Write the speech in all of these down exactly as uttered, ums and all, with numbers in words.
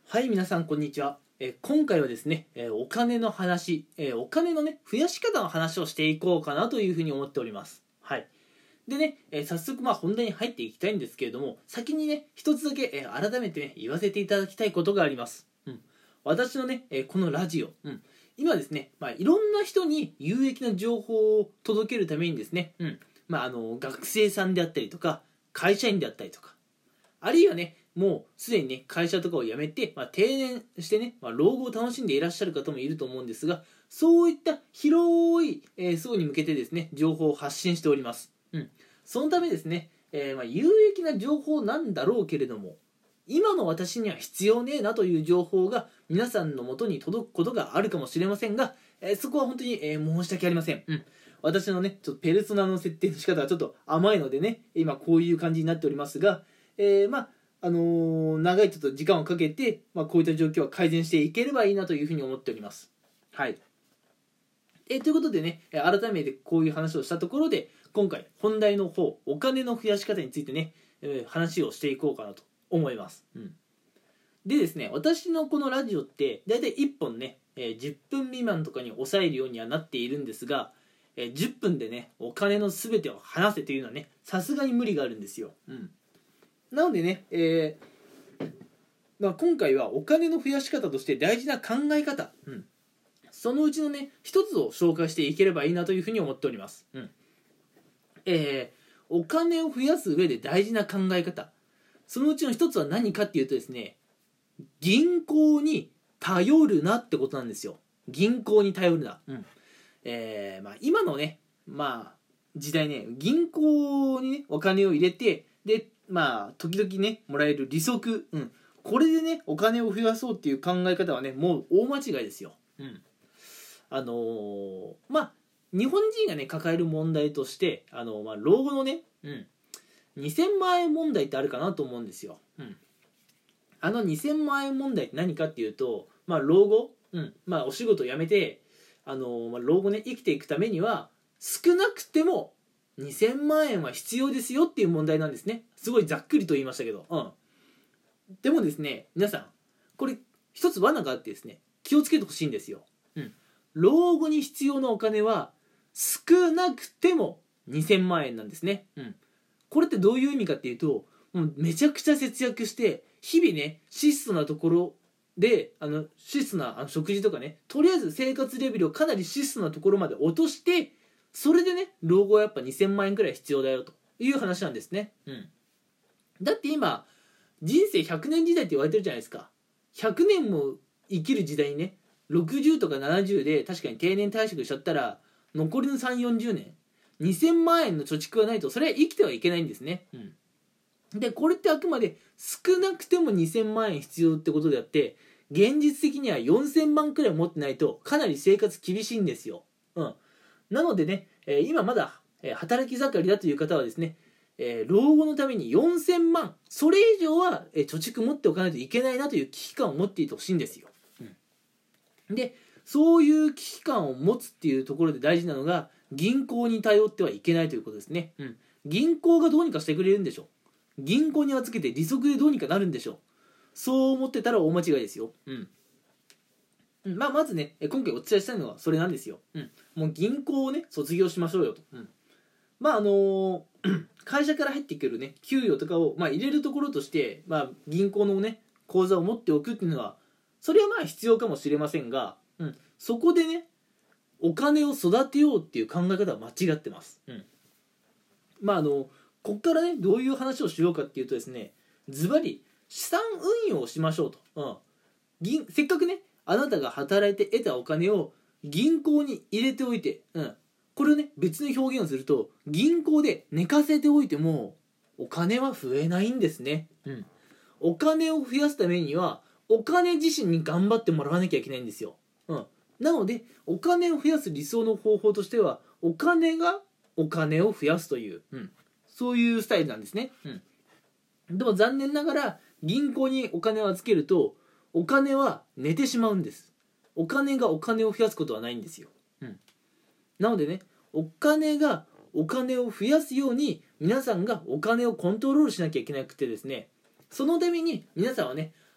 はい、皆さんこんにちは。えー今回はですね、えーお金の話、えーお金のね増やし方の話をしていこうかなというふうに思っております。はい。でね、えー早速まあ本題に入っていきたいんですけれども、先にね一つだけ、えー改めてね言わせていただきたいことがあります。うん。私のね、えーこのラジオ、うん、今ですね、まあいろんな人に有益な情報を届けるためにですね、うん、まああの学生さんであったりとか会社員であったりとか。あるいはね、もうすでにね、会社とかを辞めて、まあ、定年してね、まあ、老後を楽しんでいらっしゃる方もいると思うんですが、そういった広い、えー層に向けてですね、情報を発信しております。うん。そのためですね、えーまあ、有益な情報なんだろうけれども、今の私には必要ねえなという情報が皆さんの元に届くことがあるかもしれませんが、えーそこは本当に、えー申し訳ありません。うん。私のね、ちょっとペルソナの設定の仕方はちょっと甘いのでね、今こういう感じになっておりますが、えー、まああのー長いちょっと時間をかけて、まあ、こういった状況は改善していければいいなというふうに思っております。はい。えーということでね、改めてこういう話をしたところで、今回本題の方、お金の増やし方についてね、えー話をしていこうかなと思います。うん。でですね、私のこのラジオってだいたいいっぽんね、えーじゅっぷん未満とかに抑えるようにはなっているんですが、えーじゅっぷんでね、お金の全てを話せというのはね、さすがに無理があるんですよ。うん。なのでね、えーまあ、今回はお金の増やし方として大事な考え方、うん、そのうちのね一つを紹介していければいいなというふうに思っております。うんえーお金を増やす上で大事な考え方、そのうちの一つは何かっていうとですね、銀行に頼るなってことなんですよ。銀行に頼るな。うんえーまあ、今のね、まあ、時代ね、銀行にねお金を入れて、でまあ時々ねもらえる利息、うん、これでねお金を増やそうっていう考え方はねもう大間違いですよ。うん、あのーまあ日本人がね抱える問題として、あのーまあ、老後のね、うん、にせんまん円問題ってあるかなと思うんですよ。うん、あのにせんまん円問題って何かっていうと、まあ老後、うんまあ、お仕事を辞めて、あのーまあ、老後ね生きていくためには少なくてもにせんまん円は必要ですよっていう問題なんですね。すごいざっくりと言いましたけど、うん、でもですね皆さん、これ一つ罠があってですね、気をつけてほしいんですよ。うん、老後に必要なお金は少なくてもにせんまん円なんですね。うん、これってどういう意味かっていうと、もうめちゃくちゃ節約して日々ね質素なところで、あの質素なあの食事とかね、とりあえず生活レベルをかなり質素なところまで落として、それでね老後はやっぱにせんまん円くらい必要だよという話なんですね。うん、だって今人生ひゃくねん時代って言われてるじゃないですか。ひゃくねんも生きる時代にね、ろくじゅうとかななじゅうで確かに定年退職しちゃったら残りのさんじゅうよんじゅうねんにせんまん円の貯蓄がないとそれは生きてはいけないんですね。うん、でこれってあくまで少なくてもにせんまん円必要ってことであって、現実的にはよんせんまんくらい持ってないとかなり生活厳しいんですよ。うん、なのでね、えー今まだ、えー働き盛りだという方はですね、えー老後のためによんせんまんそれ以上は、えー貯蓄持っておかないといけないなという危機感を持っていてほしいんですよ。うん、でそういう危機感を持つっていうところで大事なのが、銀行に頼ってはいけないということですね。うん、銀行がどうにかしてくれるんでしょう。銀行に預けて利息でどうにかなるんでしょう。そう思ってたら大間違いですよ。うんうんまあ、まずね今回お伝えしたいのはそれなんですよ。うん、もう銀行をね卒業しましょうよと。うんまああのー会社から入ってくるね給与とかを、まあ、入れるところとして、まあ、銀行のね口座を持っておくっていうのはそれはまあ必要かもしれませんが、うん、そこでねお金を育てようっていう考え方は間違ってます。うん、まああのこっからねどういう話をしようかっていうとですね、ズバリ資産運用をしましょうと。うん、銀せっかくねあなたが働いて得たお金を銀行に入れておいて、うん、これをね別の表現をすると、銀行で寝かせておいてもお金は増えないんですね。うん、お金を増やすためにはお金自身に頑張ってもらわなきゃいけないんですよ。うん、なのでお金を増やす理想の方法としては、お金がお金を増やすという、うん、そういうスタイルなんですね。うん、でも残念ながら銀行にお金を預けるとお金は寝てしまうんです。お金がお金を増やすことはないんですよ。うん、なのでね、お金がお金を増やすように皆さんがお金をコントロールしなきゃいけなくてですね、そのために皆さんはね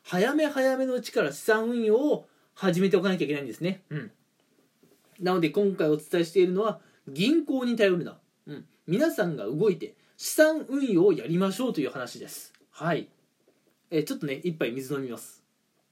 早め早めのうちから資産運用を始めておかなきゃいけないんですね。うん、なので今回お伝えしているのは銀行に頼るな、うん、皆さんが動いて資産運用をやりましょうという話です。はい、えー、ちょっとね一杯水飲みます。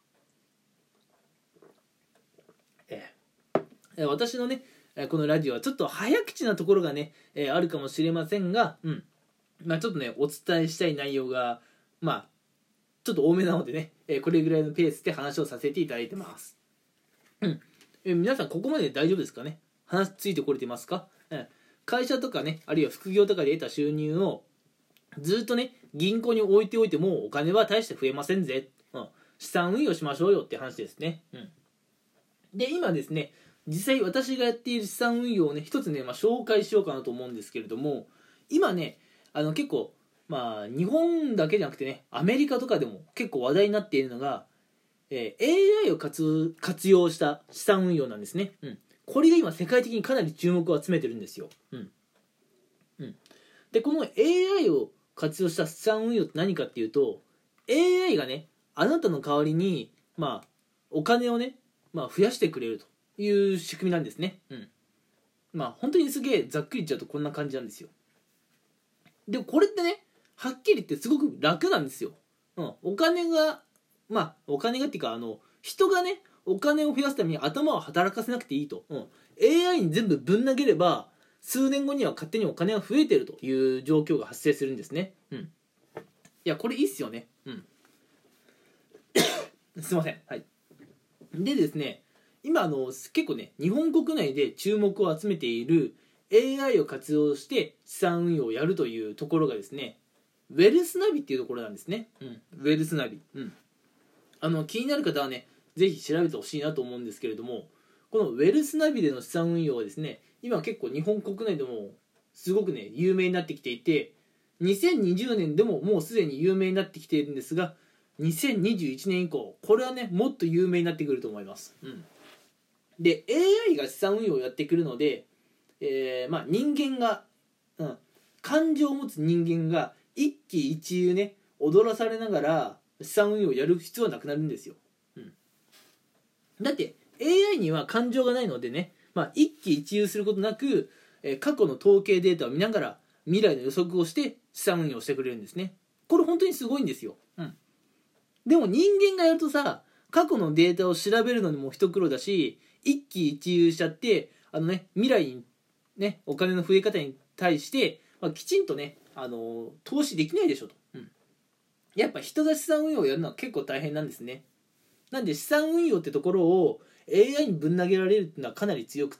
えー、私のねこのラジオはちょっと早口なところがね、えー、あるかもしれませんが、うんまあ、ちょっとねお伝えしたい内容がまあちょっと多めなのでね、えー、これぐらいのペースで話をさせていただいてます。うん、えー、皆さんここまで大丈夫ですかね。話ついてこれてますか。うん、会社とかねあるいは副業とかで得た収入をずっとね銀行に置いておいてもお金は大して増えませんぜ、うん、資産運用しましょうよって話ですね。うん、で今ですね実際私がやっている資産運用をね一つね、まあ、紹介しようかなと思うんですけれども、今ねあの結構まあ日本だけじゃなくてねアメリカとかでも結構話題になっているのが、えー、エーアイ を 活, 活用した資産運用なんですね。うん、これが今世界的にかなり注目を集めてるんですよ。うんうん、でこの エーアイ を活用した資産運用って何かっていうと、 エーアイ がねあなたの代わりにまあお金をね、まあ、増やしてくれるという仕組みなんですね。うん、まあ本当にすげえざっくり言っちゃうとこんな感じなんですよ。でもこれってねはっきり言ってすごく楽なんですよ。うん、お金がまあお金がっていうかあの人がねお金を増やすために頭を働かせなくていいと、うん、エーアイ に全部ぶん投げれば数年後には勝手にお金が増えてるという状況が発生するんですね。うん、いやこれいいっすよね。うんすいません。はい。でですね今あの結構ね日本国内で注目を集めている エーアイ を活用して資産運用をやるというところがですねウェルスナビっていうところなんですね。うん、ウェルスナビ、うん、あの気になる方はねぜひ調べてほしいなと思うんですけれども、このウェルスナビでの資産運用はですね今結構日本国内でもすごくね有名になってきていて、にせんにじゅうねんでももうすでに有名になってきているんですが、にせんにじゅういちねん以降これはねもっと有名になってくると思います。うん、で エーアイ が資産運用をやってくるので、えーまあ、人間が、うん、感情を持つ人間が一喜一憂ね踊らされながら資産運用をやる必要はなくなるんですよ。うん、だって エーアイ には感情がないのでね、まあ、一喜一憂することなく、えー、過去の統計データを見ながら未来の予測をして資産運用をしてくれるんですね。これ本当にすごいんですよ。うん、でも人間がやるとさ過去のデータを調べるのにも一苦労だし一喜一憂しちゃってあのね未来にねお金の増え方に対して、まあ、きちんとねあの投資できないでしょと、うん、やっぱ人が資産運用をやるのは結構大変なんですね。なんで資産運用ってところを エーアイ にぶん投げられるっていうのはかなり強くって、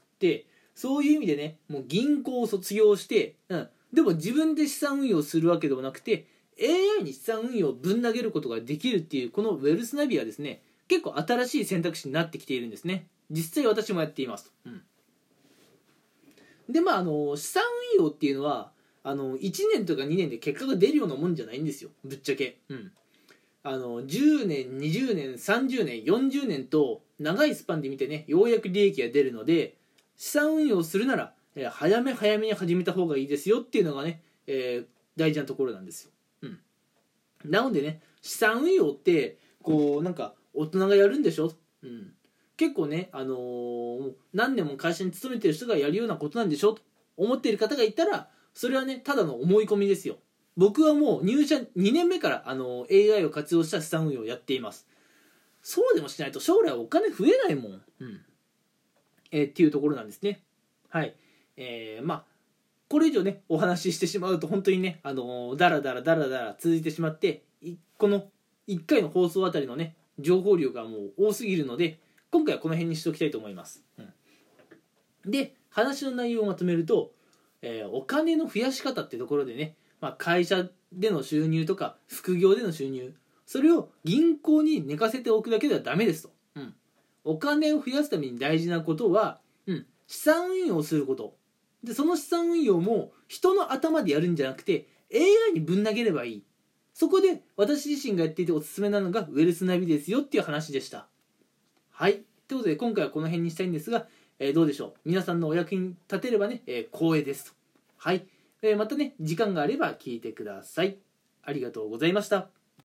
そういう意味でねもう銀行を卒業して、うん、でも自分で資産運用をするわけでもなくて エーアイ に資産運用をぶん投げることができるっていうこのウェルスナビはですね結構新しい選択肢になってきているんですね。実際私もやっています。うん、でまああの資産運用っていうのはあのいちねんとかにねんで結果が出るようなもんじゃないんですよぶっちゃけ。うん、あのじゅうねんにじゅうねんさんじゅうねんよんじゅうねんと長いスパンで見てねようやく利益が出るので、資産運用をするなら、えー、早め早めに始めた方がいいですよっていうのがね、えー、大事なところなんですよ。うん、なのでね資産運用ってこうなんか大人がやるんでしょ、うん、結構ね、あのー、何年も会社に勤めてる人がやるようなことなんでしょと思っている方がいたらそれはねただの思い込みですよ。僕はもう入社にねんめから、あのー、エーアイ を活用した資産運用をやっています。そうでもしないと将来お金増えないもん、うんえー、っていうところなんですね。はい、えー、まあこれ以上ねお話ししてしまうと本当にね、あのー、だらだらだらだら続いてしまってこのいっかいの放送あたりのね情報量がもう多すぎるので今回はこの辺にしておきたいと思います。うん、で話の内容をまとめると、えー、お金の増やし方ってところでね、まあ、会社での収入とか副業での収入それを銀行に寝かせておくだけではダメですと。うん、お金を増やすために大事なことは、うん、資産運用をすることで、その資産運用も人の頭でやるんじゃなくて エーアイ にぶん投げればいい。そこで私自身がやっていておすすめなのがウェルスナビですよっていう話でした。はい、ということで今回はこの辺にしたいんですが、えー、どうでしょう、皆さんのお役に立てればね、えー、光栄ですと。はい、えー、またね時間があれば聞いてください。ありがとうございました。